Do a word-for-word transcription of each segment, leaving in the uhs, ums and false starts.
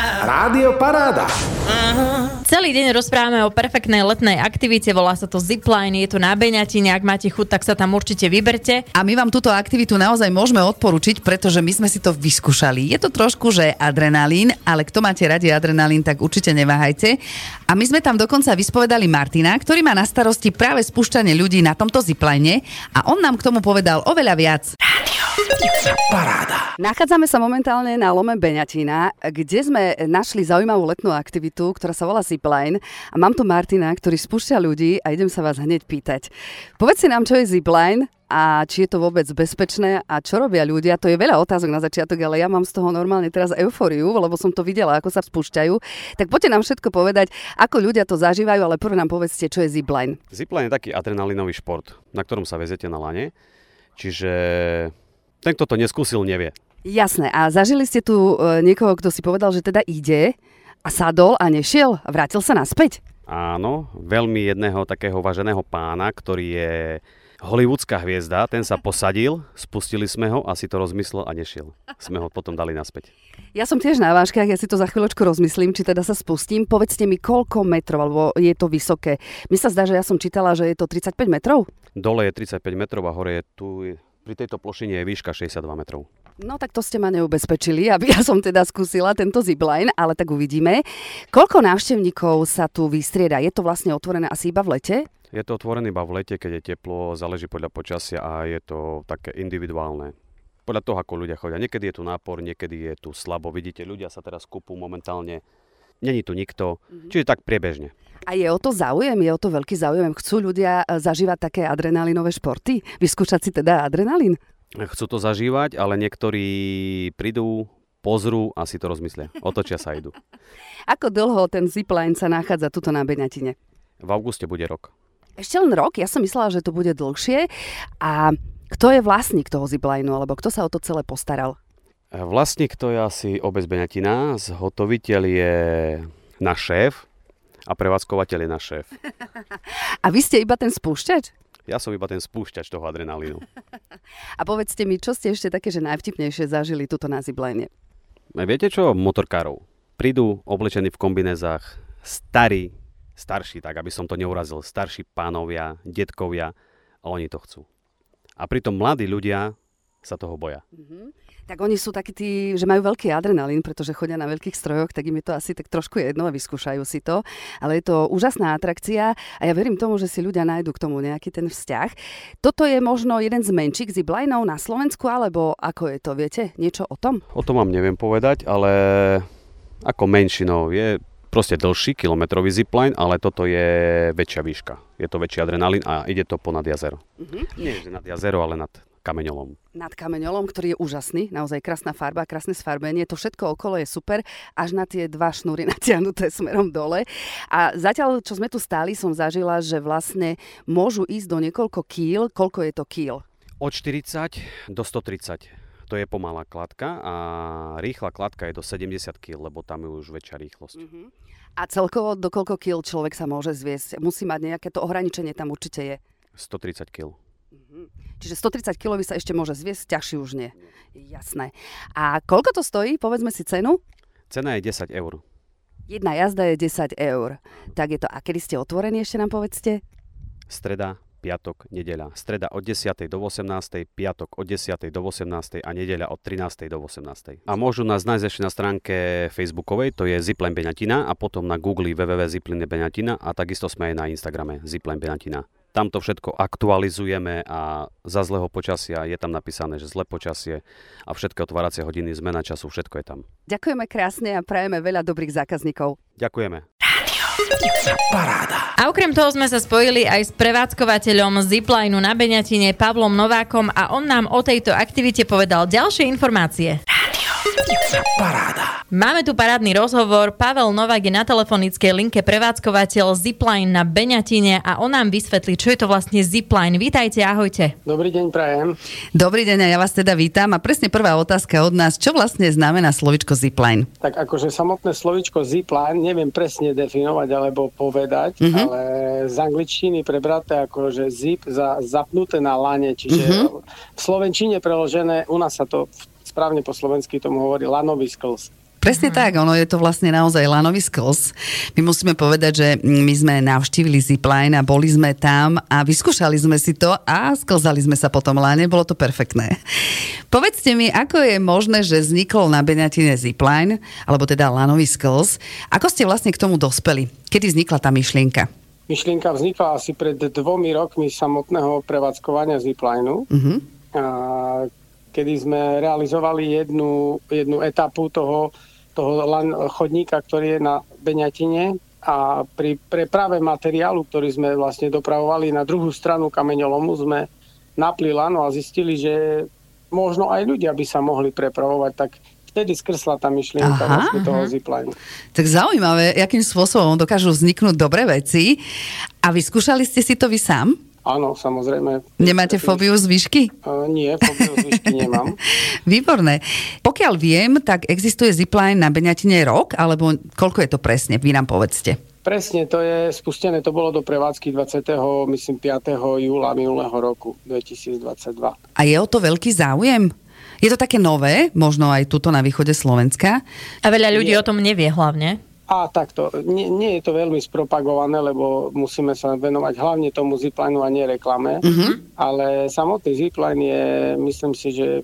Rádio Paráda. Celý deň rozprávame o perfektnej letnej aktivite, volá sa to zipline, je to na Beňatine, ak máte chuť, tak sa tam určite vyberte. A my vám túto aktivitu naozaj môžeme odporučiť, pretože my sme si to vyskúšali. Je to trošku, že adrenalín, ale kto máte radi adrenalín, tak určite neváhajte. A my sme tam dokonca vyspovedali Martina, ktorý má na starosti práve spúšťanie ľudí na tomto zipline a on nám k tomu povedal oveľa viac. Paráda. Nachádzame sa momentálne na lome Beňatina, kde sme našli zaujímavú letnú aktivitu, ktorá sa volá zipline. A mám tu Martina, ktorý spúšťa ľudí a idem sa vás hneď pýtať. Povedzte nám, čo je zipline a či je to vôbec bezpečné a čo robia ľudia. To je veľa otázok na začiatok, ale ja mám z toho normálne teraz eufóriu, lebo som to videla, ako sa spúšťajú. Tak poďte nám všetko povedať, ako ľudia to zažívajú, ale prvé nám povedzte, čo je zipline. Zipline je taký adrenalinový šport, na ktorom sa vezete na lane. Čiže ten, kto to neskúsil, nevie. Jasné. A zažili ste tu e, niekoho, kto si povedal, že teda ide a sadol a nešiel? Vrátil sa naspäť? Áno, veľmi jedného takého váženého pána, ktorý je hollywoodská hviezda, ten sa posadil, spustili sme ho a si to rozmyslel a nešiel. Sme ho potom dali naspäť. Ja som tiež na vážkach, ja si to za chvíľočku rozmyslím, či teda sa spustím. Povedzte mi, koľko metrov, alebo je to vysoké. Mne sa zdá, že ja som čítala, že je to tridsaťpäť metrov? Dole je tridsaťpäť metrov a hore je tu... Pri tejto plošine je výška šesťdesiatdva metrov. No tak to ste ma neubezpečili, aby ja som teda skúsila tento zipline, ale tak uvidíme. Koľko návštevníkov sa tu vystrieda? Je to vlastne otvorené asi iba v lete? Je to otvorené iba v lete, keď je teplo, záleží podľa počasia a je to také individuálne. Podľa toho, ako ľudia chodia. Niekedy je tu nápor, niekedy je tu slabo. Vidíte, ľudia sa teraz kúpú momentálne. Není tu nikto, mm-hmm. Čiže tak priebežne. A je o to záujem? Je o to veľký záujem? Chcú ľudia zažívať také adrenalinové športy? Vyskúšať si teda adrenalín? Chcú to zažívať, ale niektorí prídu, pozrú a si to rozmyslia. Otočia sa a idú. Ako dlho ten zipline sa nachádza tuto na Beňatine? V auguste bude rok. Ešte len rok? Ja som myslela, že to bude dlhšie. A kto je vlastník toho ziplineu? Alebo kto sa o to celé postaral? Vlastník to je asi obec Beňatina, zhotoviteľ je náš šéf a prevádzkovateľ je náš šéf. A vy ste iba ten spúšťač? Ja som iba ten spúšťač toho adrenalínu. A povedzte mi, čo ste ešte také, že najvtipnejšie zažili tuto na zipline? Viete čo? Motorkárov. Prídu oblečení v kombinézách starí, starší, tak aby som to neurazil, starší pánovia, detkovia a oni to chcú. A pritom mladí ľudia sa toho boja. Mm-hmm. Tak oni sú takí tí, že majú veľký adrenalín, pretože chodia na veľkých strojoch, tak im je to asi tak trošku jedno a vyskúšajú si to. Ale je to úžasná atrakcia a ja verím tomu, že si ľudia nájdu k tomu nejaký ten vzťah. Toto je možno jeden z menších ziplineov na Slovensku, alebo ako je to, viete? Niečo o tom? O tom vám neviem povedať, ale ako menšinou je proste dlhší kilometrový zipline, ale toto je väčšia výška. Je to väčší adrenalín a ide to ponad jazero. Mm-hmm. Nie, že nad jazero, ale nad kameňolom. Nad kameňolom, ktorý je úžasný, naozaj krásna farba, krásne sfarbenie, to všetko okolo je super, až na tie dva šnúry natiahnuté smerom dole. A zatiaľ, čo sme tu stáli, som zažila, že vlastne môžu ísť do niekoľko kíl. Koľko je to kíl? Od štyridsať do stotridsať. To je pomalá kladka a rýchla kladka je do sedemdesiat kíl, lebo tam je už väčšia rýchlosť. Uh-huh. A celkovo do koľko kíl človek sa môže zviesť? Musí mať nejaké to ohraničenie, tam určite je. stotridsať kíl. Uh-huh. Čiže stotridsať kilogramov sa ešte môže zviesť, ťažší už nie. Jasné. A koľko to stojí? Povedzme si cenu. Cena je desať eur. Jedna jazda je desať eur. Tak je to. A kedy ste otvorení, ešte nám povedzte? Streda, piatok, nedeľa. Streda od desiatej do osemnástej, piatok od desiatej do osemnástej a nedeľa od trinástej do osemnástej. A môžu nás nájsť ešte na stránke facebookovej, to je Zipline Beňatina a potom na Google w w w bodka zipline beňatina a takisto sme aj na Instagrame Zipline Beňatina. Tam to všetko aktualizujeme a za zlého počasia je tam napísané, že zlé počasie a všetky otváracie hodiny, zmena času, všetko je tam. Ďakujeme krásne a prajeme veľa dobrých zákazníkov. Ďakujeme. Paráda. A okrem toho sme sa spojili aj s prevádzkovateľom ziplineu na Beňatine Pavlom Novákom a on nám o tejto aktivite povedal ďalšie informácie. Paráda. Máme tu parádny rozhovor. Pavel Novák je na telefonickej linke prevádzkovateľ Zipline na Beňatine a on nám vysvetlí, čo je to vlastne Zipline. Vítajte, ahojte. Dobrý deň, prajem. Dobrý deň a ja vás teda vítam. A presne prvá otázka od nás. Čo vlastne znamená slovičko Zipline? Tak akože samotné slovičko Zipline neviem presne definovať alebo povedať, mm-hmm. ale z angličtiny prebraté akože zip za zapnuté na lane, čiže mm-hmm. v slovenčine preložené, u nás sa to správne po slovensky tomu hovorí lanový sklz. Presne tak, ono je to vlastne naozaj lanový skls. My musíme povedať, že my sme navštívili zipline a boli sme tam a vyskúšali sme si to a sklzali sme sa po tom lane, bolo to perfektné. Povedzte mi, ako je možné, že vznikol na Beňatine zipline, alebo teda lanový skls. Ako ste vlastne k tomu dospeli? Kedy vznikla tá myšlienka? Myšlienka vznikla asi pred dvomi rokmi samotného prevádzkovania ziplineu. Uh-huh. A kedy sme realizovali jednu, jednu etapu toho toho chodníka, ktorý je na Beňatine a pri preprave materiálu, ktorý sme vlastne dopravovali na druhú stranu kameňolomu, sme napli lano a zistili, že možno aj ľudia by sa mohli prepravovať, tak vtedy skrsla tá myšlienka aha, vlastne toho zipline. Tak zaujímavé, akým spôsobom dokážu vzniknúť dobré veci. A vyskúšali ste si to vy sám? Áno, samozrejme. Nemáte fóbiu z výšky? Uh, nie, fóbiu z výšky nemám. Výborné. Pokiaľ viem, tak existuje zipline na Beňatine rok, alebo koľko je to presne? Vy nám povedzte. Presne, to je spustené, to bolo do prevádzky dvadsiateho piateho júla minulého roku dvetisícdvadsaťdva. A je o to veľký záujem? Je to také nové, možno aj tuto na východe Slovenska? A veľa ľudí je. o tom nevie hlavne. A takto, nie, nie je to veľmi spropagované, lebo musíme sa venovať hlavne tomu ziplineu a nie reklame, uh-huh. ale samotný zipline je, myslím si, že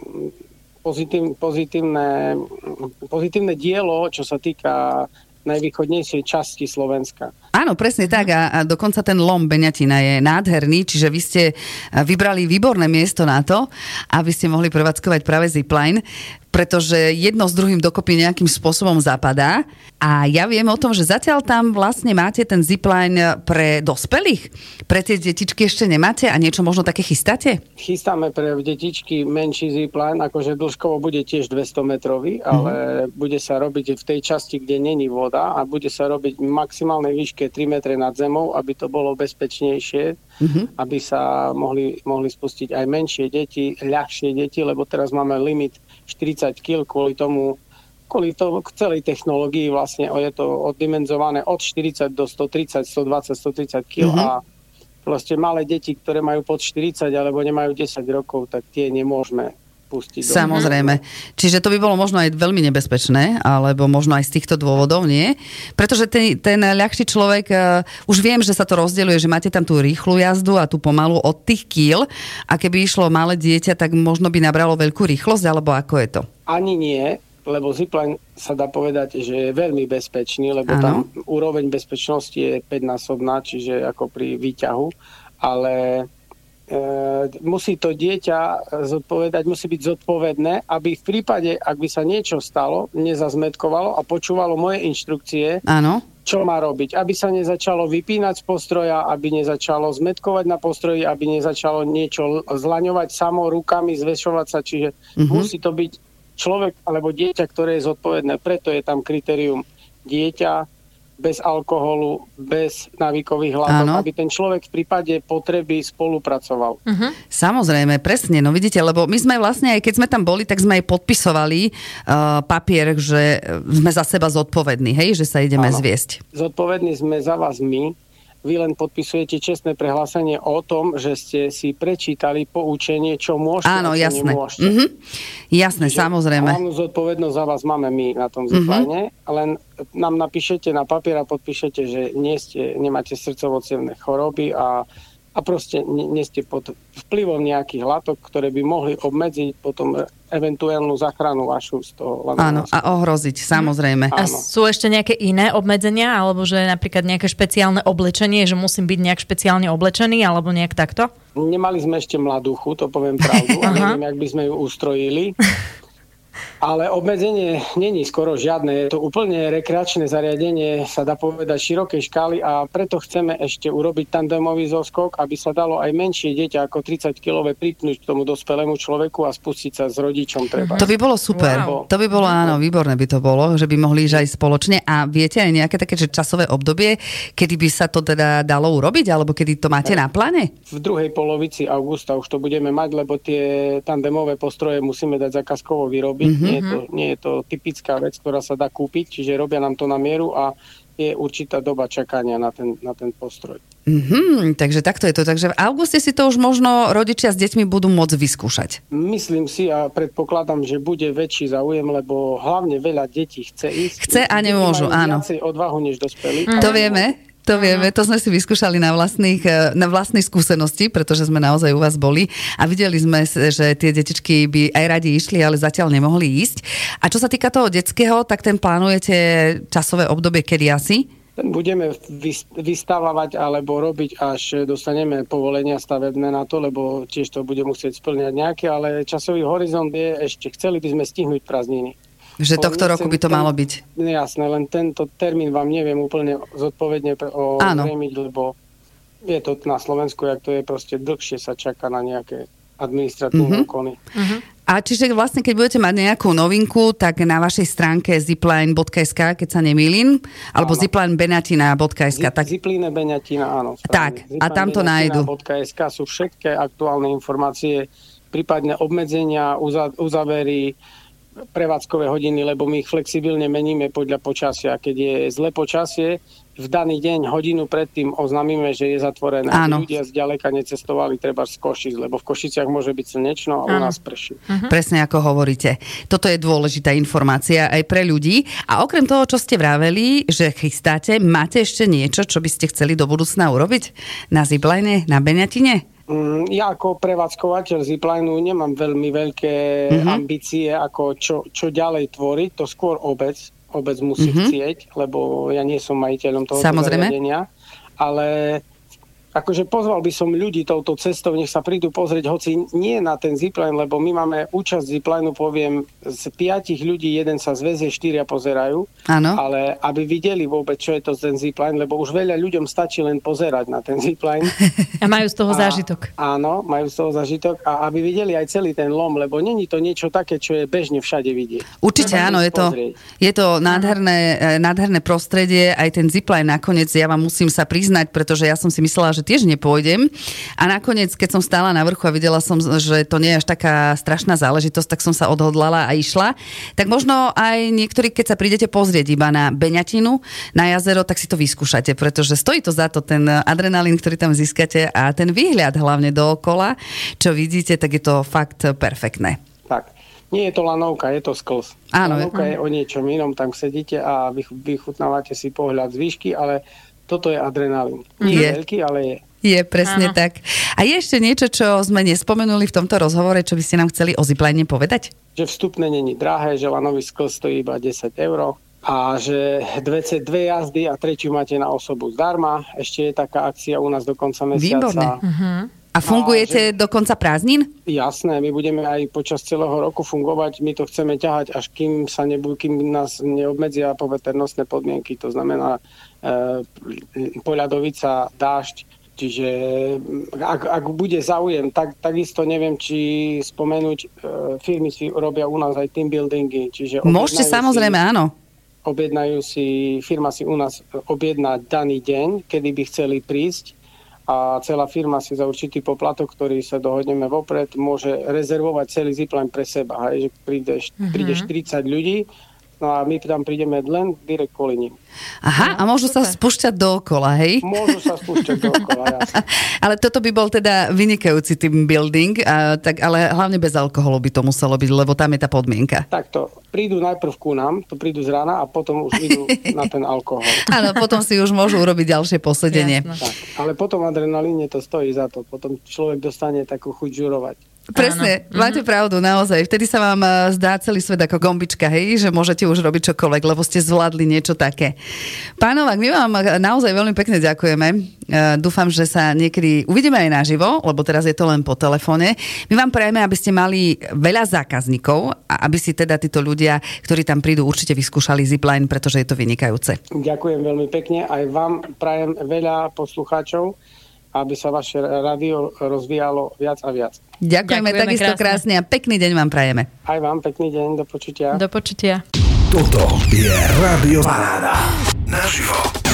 pozitív, pozitívne, pozitívne dielo, čo sa týka najvýchodnejšej časti Slovenska. Áno, presne tak a, a dokonca ten lom Beňatina je nádherný, čiže vy ste vybrali výborné miesto na to, aby ste mohli prevádzkovať práve zipline, pretože jedno s druhým dokopy nejakým spôsobom zapadá a ja viem o tom, že zatiaľ tam vlastne máte ten zipline pre dospelých. Pre tie detičky ešte nemáte a niečo možno také chystáte? Chystáme pre detičky menší zipline, akože dĺžkovo bude tiež dvesto metrový, ale mm. bude sa robiť v tej časti, kde není voda a bude sa robiť v maximálnej výške tri metre nad zemou, aby to bolo bezpečnejšie, mm-hmm. aby sa mohli, mohli spustiť aj menšie deti, ľahšie deti, lebo teraz máme limit štyridsať kíl kvôli tomu, kvôli tomu k celej technológii vlastne je to oddimenzované od štyridsať do stotridsať, stodvadsať, stotridsať kíl mm-hmm. a vlastne malé deti, ktoré majú pod štyridsať alebo nemajú desať rokov, tak tie nemôžeme pustiť. Samozrejme. Do... Čiže to by bolo možno aj veľmi nebezpečné, alebo možno aj z týchto dôvodov, nie? Pretože ten, ten ľahší človek, uh, už viem, že sa to rozdeľuje, že máte tam tú rýchlu jazdu a tú pomalú od tých kíl a keby išlo malé dieťa, tak možno by nabralo veľkú rýchlosť, alebo ako je to? Ani nie, lebo zipline sa dá povedať, že je veľmi bezpečný, lebo ano. Tam úroveň bezpečnosti je päťnásobná, čiže ako pri výťahu, ale musí to dieťa zodpovedať, musí byť zodpovedné, aby v prípade, ak by sa niečo stalo, nezazmetkovalo a počúvalo moje inštrukcie, áno. Čo má robiť. Aby sa nezačalo vypínať z postroja, aby nezačalo zmetkovať na postroji, aby nezačalo niečo zlaňovať samo rukami, zvešovať sa, čiže uh-huh. musí to byť človek alebo dieťa, ktoré je zodpovedné. Preto je tam kritérium dieťa, bez alkoholu, bez návykových látok, aby ten človek v prípade potreby spolupracoval. Uh-huh. Samozrejme, presne, no vidíte, lebo my sme vlastne, aj keď sme tam boli, tak sme aj podpisovali uh, papier, že sme za seba zodpovední, hej, že sa ideme áno. zviesť. Zodpovední sme za vás my. Vy len podpisujete čestné prehlásenie o tom, že ste si prečítali poučenie, čo môžete áno, a čo jasné. nemôžete. Mm-hmm. Jasné, Čiže samozrejme. Hlavnú zodpovednosť za vás máme my na tom zipline, mm-hmm. len nám napíšete na papier a podpíšete, že nie ste, nemáte srdcovo-cievne choroby a, a proste nie, nie ste pod vplyvom nejakých látok, ktoré by mohli obmedziť potom eventuálnu záchranu vašu z toho. Áno, a ohroziť, samozrejme. A sú ešte nejaké iné obmedzenia, alebo že napríklad nejaké špeciálne oblečenie, že musím byť nejak špeciálne oblečený, alebo nejak takto? Nemali sme ešte mladúchu, to poviem pravdu, a neviem, jak by sme ju ustrojili. Ale obmedzenie není skoro žiadne. Je to úplne rekreačné zariadenie, sa dá povedať širokej škály a preto chceme ešte urobiť tandemový zoskok, aby sa dalo aj menšie dieťa ako tridsaťkilové pripnúť k tomu dospelému človeku a spustiť sa s rodičom treba. To by bolo super. Wow. To by bolo, áno, výborné by to bolo, že by mohli ísť aj spoločne. A viete aj nejaké také že časové obdobie, kedy by sa to teda dalo urobiť, alebo kedy to máte na pláne? V druhej polovici augusta už to budeme mať, lebo tie tandemové postroje musíme dať zákazkovo vyrobiť. Mm-hmm. Nie je to, nie je to typická vec, ktorá sa dá kúpiť, čiže robia nám to na mieru a je určitá doba čakania na ten, na ten postroj. Mm-hmm, takže takto je to. Takže v auguste si to už možno rodičia s deťmi budú môcť vyskúšať. Myslím si a predpokladám, že bude väčší záujem, lebo hlavne veľa detí chce ísť. Chce a nemôžu, áno. Viacej odvahu než dospelí. Mm. To vieme. To vieme, to sme si vyskúšali na, vlastných, na vlastnej skúsenosti, pretože sme naozaj u vás boli a videli sme, že tie detičky by aj radi išli, ale zatiaľ nemohli ísť. A čo sa týka toho detského, tak ten plánujete časové obdobie kedy asi? Ten budeme vystavovať alebo robiť, až dostaneme povolenia stavebné na to, lebo tiež to bude musieť splňať nejaké, ale časový horizont je ešte, chceli by sme stihnúť prázdniny. Že tohto roku by to ten, malo byť. Jasné, len tento termín vám neviem úplne zodpovedne ozrejmiť, lebo je to na Slovensku, jak to je, proste dlhšie sa čaká na nejaké administratívne úkony. Uh-huh. Uh-huh. A čiže vlastne, keď budete mať nejakú novinku, tak na vašej stránke zipline bodka es ká, keď sa nemýlim, alebo zipline beňatina bodka es ká. Tak... Zipline Beňatina, áno. Správne. Tak, a tam to nájdu. .es sú všetké aktuálne informácie, prípadne obmedzenia, uzavery, prevádzkové hodiny, lebo my ich flexibilne meníme podľa počasia. Keď je zlé počasie, v daný deň, hodinu predtým oznámime, že je zatvorené. Áno. Ľudia zďaleka necestovali, treba z Košic, lebo v Košiciach môže byť slnečno a u nás prší. Uh-huh. Presne ako hovoríte. Toto je dôležitá informácia aj pre ľudí. A okrem toho, čo ste vraveli, že chystáte, máte ešte niečo, čo by ste chceli do budúcna urobiť? Na zipline, na Beňatine? Ja ako prevádzkovateľ ziplineu nemám veľmi veľké uh-huh. ambície, ako čo, čo ďalej tvoriť, to skôr obec. Obec musí uh-huh. chcieť, lebo ja nie som majiteľom toho zariadenia. Ale akože pozval by som ľudí touto cestou, nech sa prídu pozrieť, hoci nie na ten zipline, lebo my máme účasť ziplineu, poviem, z piatich ľudí jeden sa zväzie, štyria pozerajú. Áno. Ale aby videli vôbec, čo je to ten zipline, lebo už veľa ľuďom stačí len pozerať na ten zipline. A majú z toho a, zážitok. Áno, majú z toho zážitok a aby videli aj celý ten lom, lebo není to niečo také, čo je bežne všade vidieť. Určite áno, je to, je to nádherné, nádherné prostredie, aj ten zipline nakoniec, ja vám musím sa priznať, pretože ja som si myslela, že tiež nepôjdem. A nakoniec, keď som stála na vrchu a videla som, že to nie je až taká strašná záležitosť, tak som sa odhodlala a išla. Tak možno aj niektorí, keď sa prídete pozrieť iba na Beňatinu, na jazero, tak si to vyskúšate, pretože stojí to za to, ten adrenalín, ktorý tam získate a ten výhľad hlavne dookola, čo vidíte, tak je to fakt perfektné. Tak. Nie je to lanovka, je to sklz. Áno. Lanovka je o niečom inom, tam sedíte a vychutnávate si pohľad z výšky, ale toto je adrenalín. Nie je veľký, ale je. Je, presne Áno. tak. A je ešte niečo, čo sme nespomenuli v tomto rozhovore, čo by ste nám chceli o zipline povedať? Že vstupné není drahé, že lanový sklz stojí iba desať eur a že dve, dve jazdy a tretiu máte na osobu zdarma. Ešte je taká akcia u nás do konca mesiaca. Výborné. Uh-huh. A fungujete a že... do konca prázdnin? Jasné, my budeme aj počas celého roku fungovať. My to chceme ťahať, až kým sa nebudú, kým nás neobmedzia poveternostné podmienky. To znamená e, poľadovica, dážď. Čiže ak, ak bude záujem, tak takisto neviem, či spomenúť, e, firmy si robia u nás aj team buildingy. Čiže môžete samozrejme, si, áno. Objednajú si, firma si u nás objedná daný deň, kedy by chceli prísť. A celá firma si za určitý poplatok, ktorý sa dohodneme vopred, môže rezervovať celý zipline pre seba. Hej, že príde, mm-hmm. príde štyridsať ľudí, no a my tam prídeme len direkt kvôli nim. Aha, a môžu sa spúšťať dookola, hej? Môžu sa spúšťať dookola, jasne. Ale toto by bol teda vynikajúci team building, a, tak, ale hlavne bez alkoholu by to muselo byť, lebo tam je tá podmienka. Takto, prídu najprv ku nám, to prídu z rána a potom už idú na ten alkohol. Áno, potom si už môžu urobiť ďalšie posedenie. Tak, ale potom adrenalíne to stojí za to, potom človek dostane takú chuť žurovať. Presne, áno. Máte pravdu, naozaj. Vtedy sa vám zdá celý svet ako gombička, hej, že môžete už robiť čokoľvek, lebo ste zvládli niečo také. Pán Novák, my vám naozaj veľmi pekne ďakujeme. Dúfam, že sa niekedy uvidíme aj naživo, lebo teraz je to len po telefóne. My vám prajeme, aby ste mali veľa zákazníkov a aby si teda títo ľudia, ktorí tam prídu, určite vyskúšali zipline, pretože je to vynikajúce. Ďakujem veľmi pekne. Aj vám prajem veľa poslucháčov, aby sa vaše rádio rozvíjalo viac a viac. Ďakujeme, Ďakujeme takisto krásne. krásne a pekný deň vám prajeme. Aj vám pekný deň, do počutia. Do počutia. Toto je Rádio Paráda. Naživo.